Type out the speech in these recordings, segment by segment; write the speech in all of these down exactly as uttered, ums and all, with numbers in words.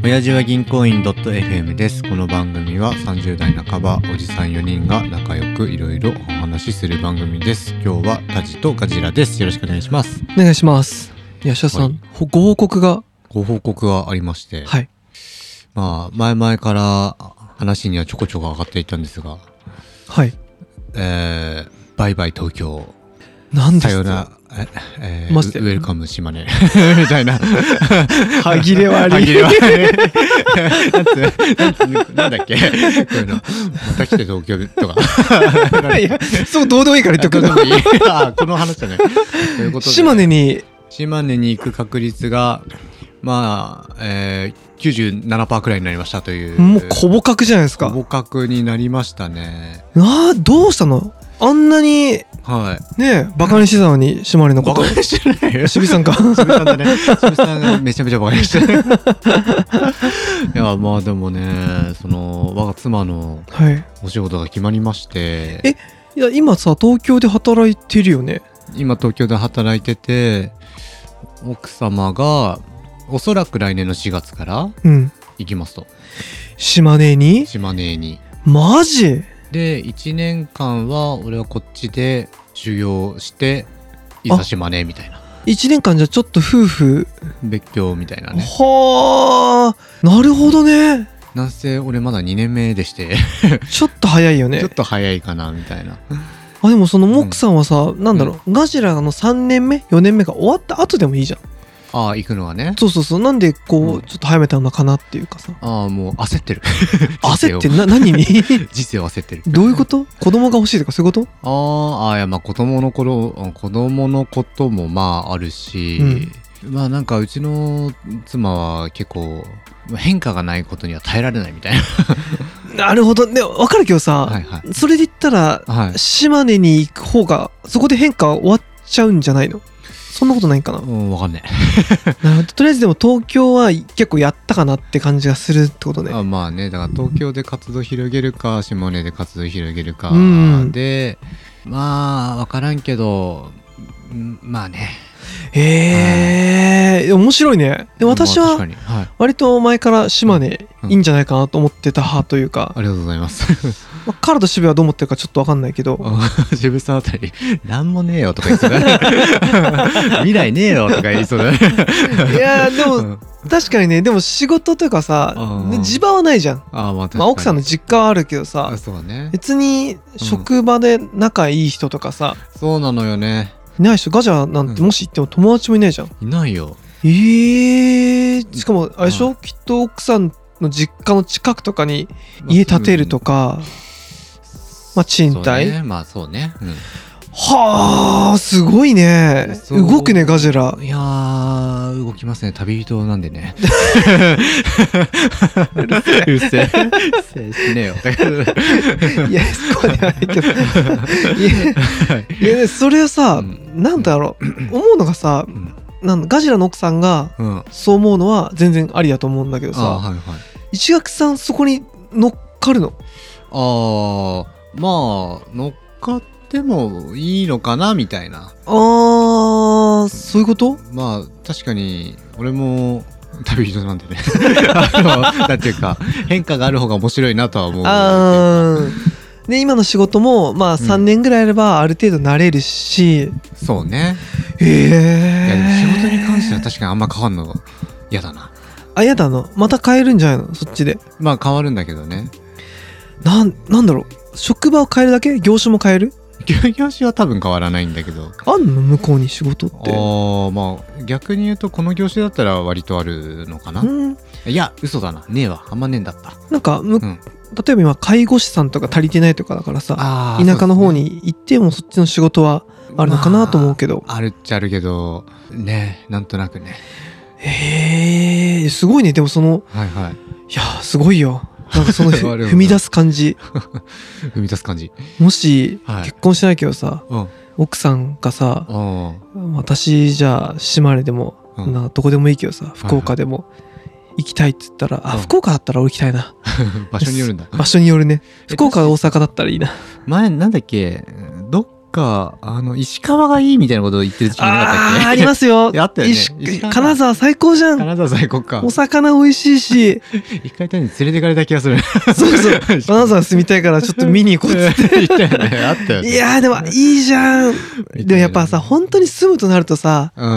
親父は銀行員 .fm です。この番組はさんじゅう代半ばおじさんよにんが仲良くいろいろお話しする番組です。今日はタジとガジラです。よろしくお願いします。 お願いします。いや、シャさん、はい、ご報告がご報告がありまして、 はい、 まあ前々から話にはちょこちょこ上がっていたんですが、 はい、 えー、バイバイ東京、 なんですか、 さよなええー、 マジでウェルカム島根みたいな歯切れ悪い歯切れ悪いなんつなんつなんだっけこういうのまた来て東京とかいやそうどうでもいいから言っとくのあこの話じゃないということで島根に島根に行く確率がまあ、えー、きゅうじゅうななパーセント くらいになりましたという。 もう小ぼかくじゃないですか。 小ぼかくになりましたね。 あーどうしたの、あんなにはいねえバカにしてたのに島根のことバカにしてないよ渋さんか渋さんだね渋さんがめちゃめちゃバカにしてるいやまあでもね、その我が妻のお仕事が決まりまして、 はい、えいや今さ東京で働いてるよね。 今東京で働いてて、奥様がおそらく来年のしがつから行きますと、うん、 島根に島根にマジでいちねんかんは俺はこっちで修行していざ島根みたいな。 いちねんかんじゃちょっと夫婦別居みたいなね。 はあなるほどね。 なんせ俺まだにねんめでしてちょっと早いよね。 ちょっと早いかなみたいな。 あでもそのモックさんはさ、うん、なんだろう、うん、ガジラのさんねんめよねんめが終わった後でもいいじゃん。 ああ行くのはね。 そうそうそう、なんでこう、うん、ちょっと早めたのかなっていうかさ。 ああもう焦ってる焦ってな何に人生を焦ってるどういうこと？子供が欲しいとかそういうこと？ ああいやまあ子供の頃子供のこともまああるし、うん、まあなんかうちの妻は結構変化がないことには耐えられないみたいななるほどね、分かるけどさ、はいはい、それで言ったら、はい、島根に行く方がそこで変化終わっちゃうんじゃないの？そんなことないんかな。 うん分かんないなるほど。とりあえずでも東京は結構やったかなって感じがするってことね。 あまあね、だから東京で活動広げるか島根で活動広げるかで、うん、まあ分からんけどまあね。 へえー、面白いね。で私は割と前から島根いいんじゃないかなと思ってた派というか、 うんうん、ありがとうございますまあ、カラと渋はどう思ってるかちょっと分かんないけど渋さんあたりなんもねえよとか言いそうだね未来ねえよとか言いそうだねいやでも、うん、確かにね。でも仕事というかさ地場はないじゃん。あ、まあ、まあ奥さんの実家はあるけどさ、 そうね、 別に職場で仲いい人とかさ、 うん、そうなのよね。 いない人。ガジャなんてもし行っても友達もいないじゃん。 いないよ。 えー、しかもあれでしょ、うん、きっと奥さんの実家の近くとかに家建てるとか、まあ賃貸、 ね、まあそうね、うん、 はあすごいね。動くねガジラ。 いやー動きますね。旅人なんでねうるせえうるせえせえしねえよいやそうではないけどいやいやそれはさ、うん、なんだろう思うのがさ、うん、なんガジラの奥さんがそう思うのは全然ありだと思うんだけどさ、うんはいはい、石垣さんそこに乗っかるの？ ああまあ乗っかってもいいのかなみたいな。 あーそういうこと？ まあ確かに俺も旅人なんでねあのなんていうか変化がある方が面白いなとは思う。 あで今の仕事もまあさんねんぐらいあればある程度慣れるし、うん、 そうね。 へえ。 いやでも仕事に関しては確かにあんま変わんの嫌だな。 あ嫌だの？また変えるんじゃないのそっちで？まあ変わるんだけどね。 なんなんだろう職場を変えるだけ？業種も変える？ 業種は多分変わらないんだけど。 あんの向こうに仕事って？ ああまあ逆に言うとこの業種だったら割とあるのかな。うん、いや嘘だな、ねえわ、あんまねえんだった。 なんかむ、うん、例えば今介護士さんとか足りてないとかだからさ、田舎の方に行ってもそっちの仕事はあるのかなと思うけど、 まあ、あるっちゃあるけどね、なんとなくね。 へえすごいね。でもそのはいはいいやすごいよ。なんかその踏み出す感じ踏み出す感じ。 もし、はい、結婚してないけどさ、うん、奥さんがさ、 うん、 私じゃあ島根でも、うん、などこでもいいけどさ福岡でも行きたいって言ったら、はいはい、あ福岡だったら俺行きたいな場所によるんだ。 場所によるね。福岡大阪だったらいいな。 前なんだっけどっかあの石川がいいみたいなことを言ってる時期なかったっけ？ あーありますよ。 あったよね。 石金沢最高じゃん。 金沢最高か。 お魚美味しいし一回単に連れてかれた気がする。 そうそう金沢住みたいからちょっと見に行こうっつって言ったよね。あったよね。 いやーでもいいじゃん。でもやっぱさ本当に住むとなるとさ、 うん、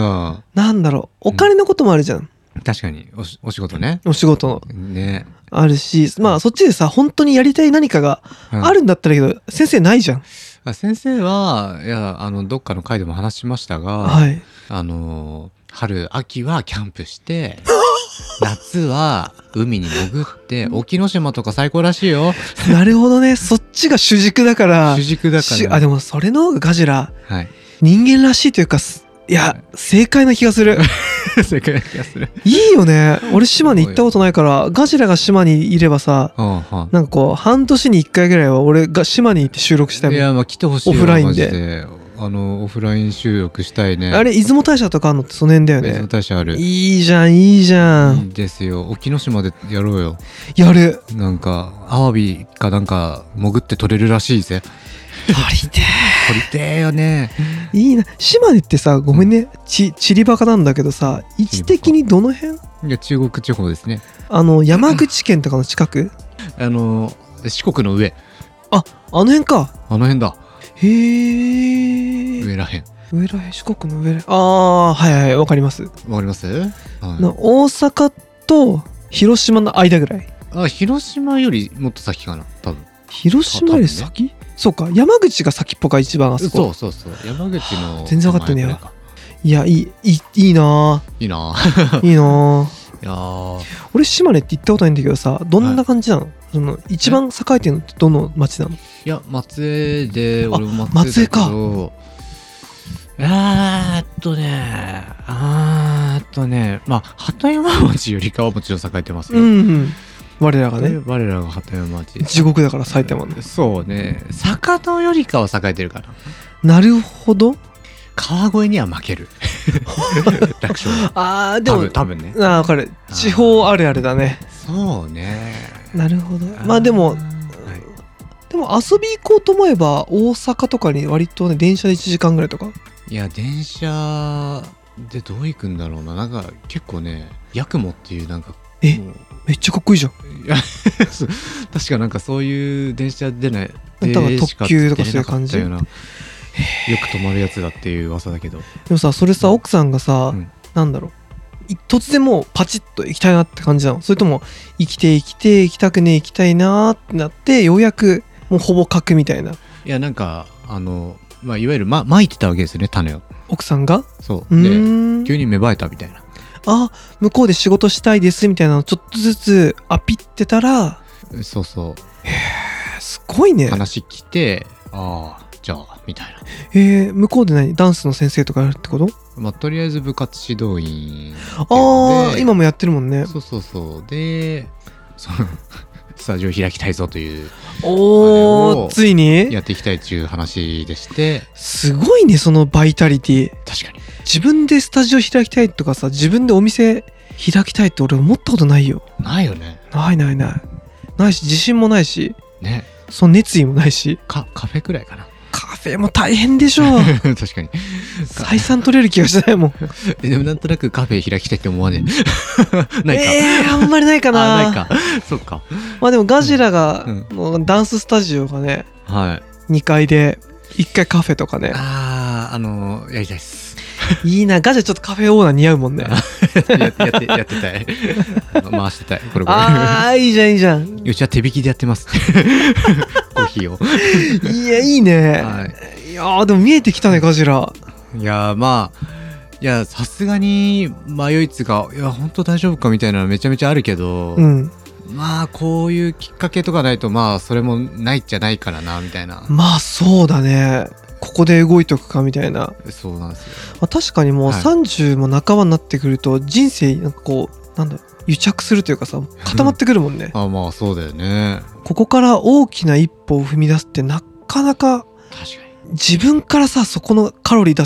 なんだろうお金のこともあるじゃん、 うん、確かに お, しお仕事ねお仕事のねあるし、まあそっちでさ本当にやりたい何かがあるんだったらいいけど、うん、先生ないじゃん。 先生はいやあのどっかの回でも話しましたが、 はい、 あの春秋はキャンプして夏は海に潜って沖ノ島とか最高らしいよ。 なるほどね。そっちが主軸だから主軸だからあでもそれの方がガジラ、 はい、 人間らしいというかいや、はい、正解な気がする。 正解な気がする。 いいよね。俺島に行ったことないからガジラが島にいればさ、うんうん、なんかこう半年にいっかいぐらいは俺が島に行って収録したいもん。 いやまあ来てほしいよ。 オフラインであのオフライン収録したいね。 あれ出雲大社とかあるのってその辺だよね。 出雲大社ある。 いいじゃんいいじゃん。 いいですよ。沖ノ島でやろうよ。 やる。 なんかアワビかなんか潜って取れるらしいぜ。 取りてー取りてーよね。 いいな。島根ってさごめんね、うん、ち地理バカなんだけどさ位置的にどの辺？いや中国地方ですね。 あの山口県とかの近く？ あの四国の上。 ああの辺か。 あの辺だ。 へー上らへん上らへん四国の上らへん。ああはいはいわかります。 わかります、はい、 な大阪と広島の間ぐらい。 あ広島よりもっと先かな多分。 広島より先、ね、そうか山口が先っぽか一番あそこ。 そうそうそう山口の全然分かってねえわ。いやいいいいいいないいないいな。 いや俺島根って行ったことないんだけどさどんな感じなの、はい、その一番栄えてるのってどの町なの？ いや松江で俺も松江だけど。松江か。 あーっとねあーっとねまあ鳩山町よりかはもちろん栄えてますよ。うん、うん、 我らがね我らが鳩山町地獄だから埼玉の。 そうね坂戸よりかは栄えてるかな。 なるほど。 川越には負ける。楽勝。 ああでも多分ね。 ああ分かる。地方あるあるだね。 そうね。 なるほど。まあでも、はい、でも遊び行こうと思えば大阪とかに割とね電車でいちじかんぐらいとか。 いや電車でどう行くんだろうな。なんか結構ね八雲っていうなんかえめっちゃかっこいいじゃん。いや確かなんかそういう電車でねなんか特急とかそういう感じ。 よく泊まるやつだっていう噂だけど。でもさそれさ奥さんがさ、うん、なんだろう突然もうパチッと行きたいなって感じなの？それとも生きて生きて行きたくねえ行きたいなってなってようやくもうほぼ書くみたいな。 いやなんかあの、まあ、いわゆる、ま、まいてたわけですよね種を。 奥さんがそうで急に芽生えたみたいな。 あ向こうで仕事したいですみたいなのちょっとずつアピってたら。 そうそうへえすごいね。 話来てああじゃあみたいな。 えー、向こうで何ダンスの先生とかやるってこと？ まあとりあえず部活指導員。 ああ今もやってるもんね。 そうそうそうでそのスタジオ開きたいぞというおーついにやっていきたいっていう話でして。 すごいねそのバイタリティ。 確かに自分でスタジオ開きたいとかさ自分でお店開きたいって俺思ったことないよ。 ないよね。 ないないないないし自信もないしねその熱意もないし。 かカフェくらいかな。 カフェも大変でしょう。 確かに採算取れる気がしないもん。 でもなんとなくカフェ開きたいって思わねえ。ないか。 えー、あんまりないかな。 あないか。そっか。 まあでもガジラが、うん、もうダンススタジオがね、 はい、 にかいでいっかいカフェとかね。 あああのー、やりたいっす。 いいなガジラちょっとカフェオーナー似合うもんね。 や, やってやってたい。回してたい。これこれ。 ああいいじゃんいいじゃん。 うちは手引きでやってます。コーヒーを。 いやいいね。はい、いやでも見えてきたねガジラ。 いやまあいやさすがに迷いつがいや本当大丈夫かみたいなのめちゃめちゃあるけど、うん、まあこういうきっかけとかないとまあそれもないじゃないからなみたいな。 まあそうだね。ここで動いとくかみたいな。 そうなんですよ。 まあ、確かにもうさんじゅうも半ばになってくると人生なんかこうなんだ癒着するというかさ固まってくるもんね。 あまあそうだよね。 ここから大きな一歩を踏み出すってなかなか確かに自分からさそこのカロリー出すの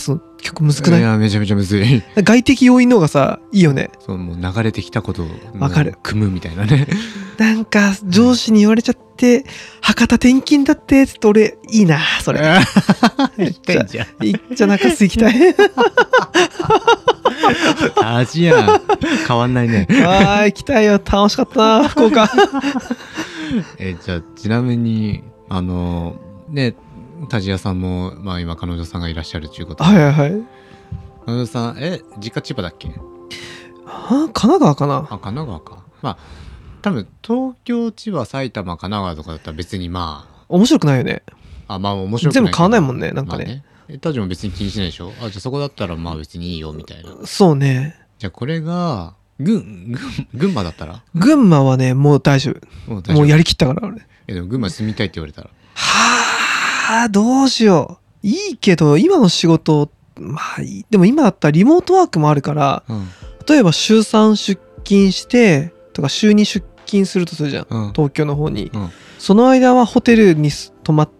結構むずくない？ いやめちゃめちゃむずい。 外的要因の方がさいいよね。 そうもう流れてきたことをわかる組むみたいなね。 なんか上司に言われちゃって博多転勤だってつって俺いいなそれ。 めっちゃじゃん。 いっちゃ中洲行きたい。 味やん変わんないね。 あー行きたいよ楽しかったな福岡。 えじゃあちなみにあのねタジヤさんもまあ今彼女さんがいらっしゃるということで、 はいはいはい。 彼女さんえ実家千葉だっけ？ あ神奈川かな。 あ神奈川か。まあ多分東京千葉埼玉神奈川とかだったら別にまあ面白くないよね。 あまあ面白くない全部買わないもんねなんかね。 まあねえタジも別に気にしないでしょ。あじゃあそこだったらまあ別にいいよみたいな。 そうね。 じゃあこれが群群群馬だったら群馬はねもう大丈夫。 もう大丈夫。 もうやりきったから俺。 えでも群馬住みたいって言われたらはあどうしよう。いいけど今の仕事まあいいでも今だったらリモートワークもあるから、うん、例えば週さん出勤してとか週に出勤するとするじゃん、うん、東京の方に、うん、その間はホテルに泊まって、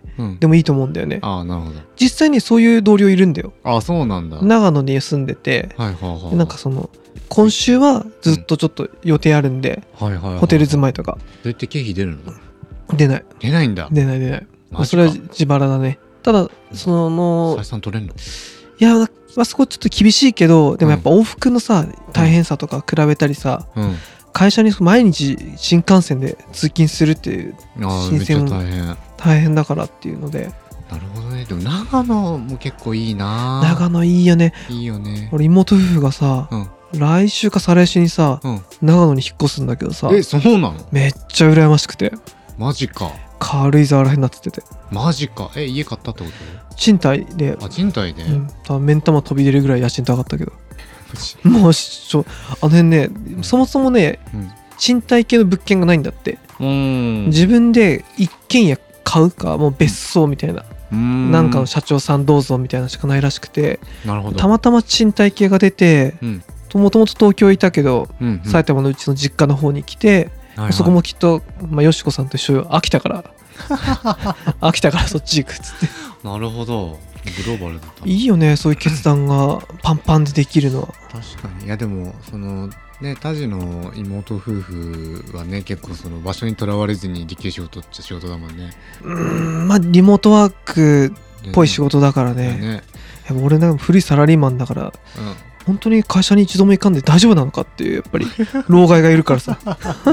うん、でもいいと思うんだよね。 ああなるほど。 実際にそういう同僚いるんだよ。 ああそうなんだ。 長野に住んでて、 はいはいはい、 なんかその今週はずっとちょっと予定あるんで、うんはいはいはいはい、ホテル住まいとか。 それって経費出るの？ 出ない。 出ないんだ。 出ない出ない。まあ、それは自腹だね。ただその採算取れんの？ いや、まあ、そこちょっと厳しいけどでもやっぱ往復のさ、うん、大変さとか比べたりさ、うん、会社に毎日新幹線で通勤するっていう新鮮大変大変だからっていうので。 なるほどね。でも長野も結構いいな。 長野いいよね。 いいよね。 俺妹夫婦がさ、うん、来週か再来週にさ、うん、長野に引っ越すんだけどさ。 えそうなの？ めっちゃ羨ましくて。 マジか。 軽井沢らへんになってて。 マジか。え家買ったってこと？ 賃貸で。 あ賃貸で、うん、 多分目ん玉飛び出るぐらい家賃高かったけどもうちょあの辺ね、うん、そもそもね、うん、賃貸系の物件がないんだって。うん自分で一軒家買うかもう別荘みたいな、うん、なんかの社長さんどうぞみたいなしかないらしくて。 なるほど。 たまたま賃貸系が出て、うん、もともと東京いたけど、うんうん、埼玉のうちの実家の方に来て、はいはい、そこもきっと、まあ、よしこさんと一緒よ飽きたから飽きたからそっち行くっつって。 なるほど。グローバルだった。 いいよねそういう決断がパンパンでできるのは。 確かに。いやでもそのねタジの妹夫婦はね結構その場所にとらわれずにできる仕事っちゃ仕事だもんね。 うーんまあリモートワークっぽい仕事だからね。ねやっぱ俺なんか古いサラリーマンだから、うん、本当に会社に一度も行かんで大丈夫なのかっていうやっぱり老害がいるからさ。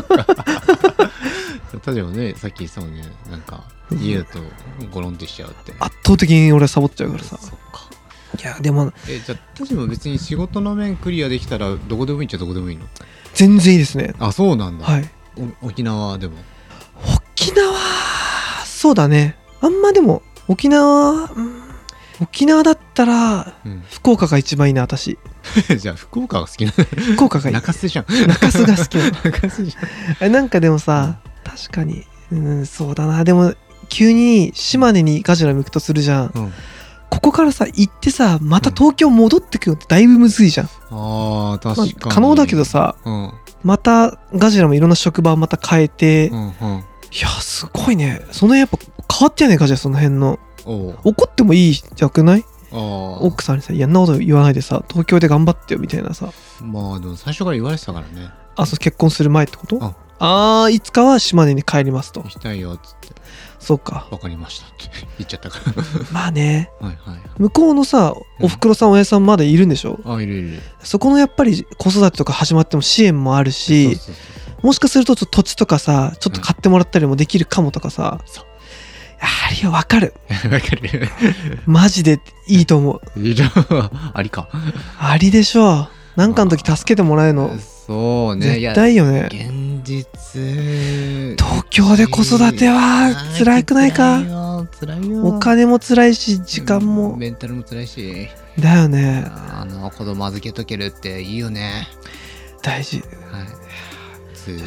例えばねさっき言ってたもんねなんか家だとゴロンってしちゃうって、うん、 圧倒的に俺はサボっちゃうからさ。そっか。いやでもえじゃあタジも別に仕事の面クリアできたらどこでもいいっちゃどこでもいいの？ 全然いいですね。 あそうなんだ。 はい。 沖縄でも沖縄そうだね。あんまでも沖縄、うん、沖縄だったら、うん、福岡が一番いいな私。 じゃあ福岡が好きな福岡がいい。 中洲じゃん。 中洲が好きなの。 中洲じゃん。 なんかでもさ、うん、確かに、うん、そうだな。でも急に島根にガジラ向くとするじゃん、うん、ここからさ行ってさまた東京戻ってくるのってだいぶむずいじゃん、うん、 あ確かに、 まあ、可能だけどさ、うん、またガジラもいろんな職場をまた変えて、うんうん、いやすごいね。そのやっぱ変わってやねんガジラその辺の。怒ってもいいじゃくない？奥さんにさ「いやんなこと言わないでさ東京で頑張ってよ」みたいなさ。 まあでも最初から言われてたからね。 あそう結婚する前ってこと？ああーいつかは島根に帰りますと。 行きたいよっつって。 そうかわかりましたって言っちゃったからまあね、はいはい、向こうのさおふくろさん、うん、おやさんまだいるんでしょ？ あいるいる。そこのやっぱり子育てとか始まっても支援もあるし、そうそうそうもしかすると土地とかさちょっと買ってもらったりもできるかもとかさ、うん、そうあれよ分かる分かるマジでいいと思う。 いいありかありでしょ。なんかの時助けてもらえるのそうね絶対いいよね。 現実東京で子育ては辛くないか？ 辛いよ。 お金も辛いし時間も、 うん、メンタルも辛いしだよね。 あの子供預けとけるっていいよね。 大事、 はい、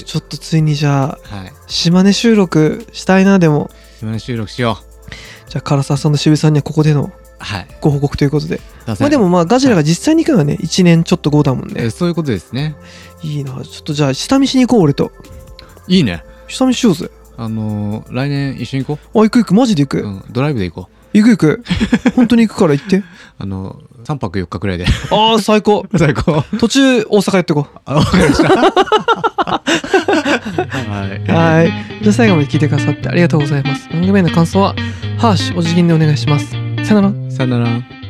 ちょっとついにじゃあ、はい、島根収録したいな。でも島根収録しよう。じゃあ唐沢さんの渋さんにはここでのご報告ということで、はい、まあでもまあガジラが実際に行くのはね、はい、いちねんちょっとごだもんね。 そういうことですね。 いいな。ちょっとじゃあ下見しに行こう俺と。 いいね。 下見しようぜ。 あのー、来年一緒に行こう。 あ行く行くマジで行く、 うん、ドライブで行こう。行く行く本当に行くから行ってあのさんぱくよっかくらいで。 ああ最高最高。 途中大阪やってこう。 あ、わかりましたはいはいじゃあ最後まで聞いてくださってありがとうございます。番組への感想はハッシュお辞儀でお願いします。さよなら。 さよなら。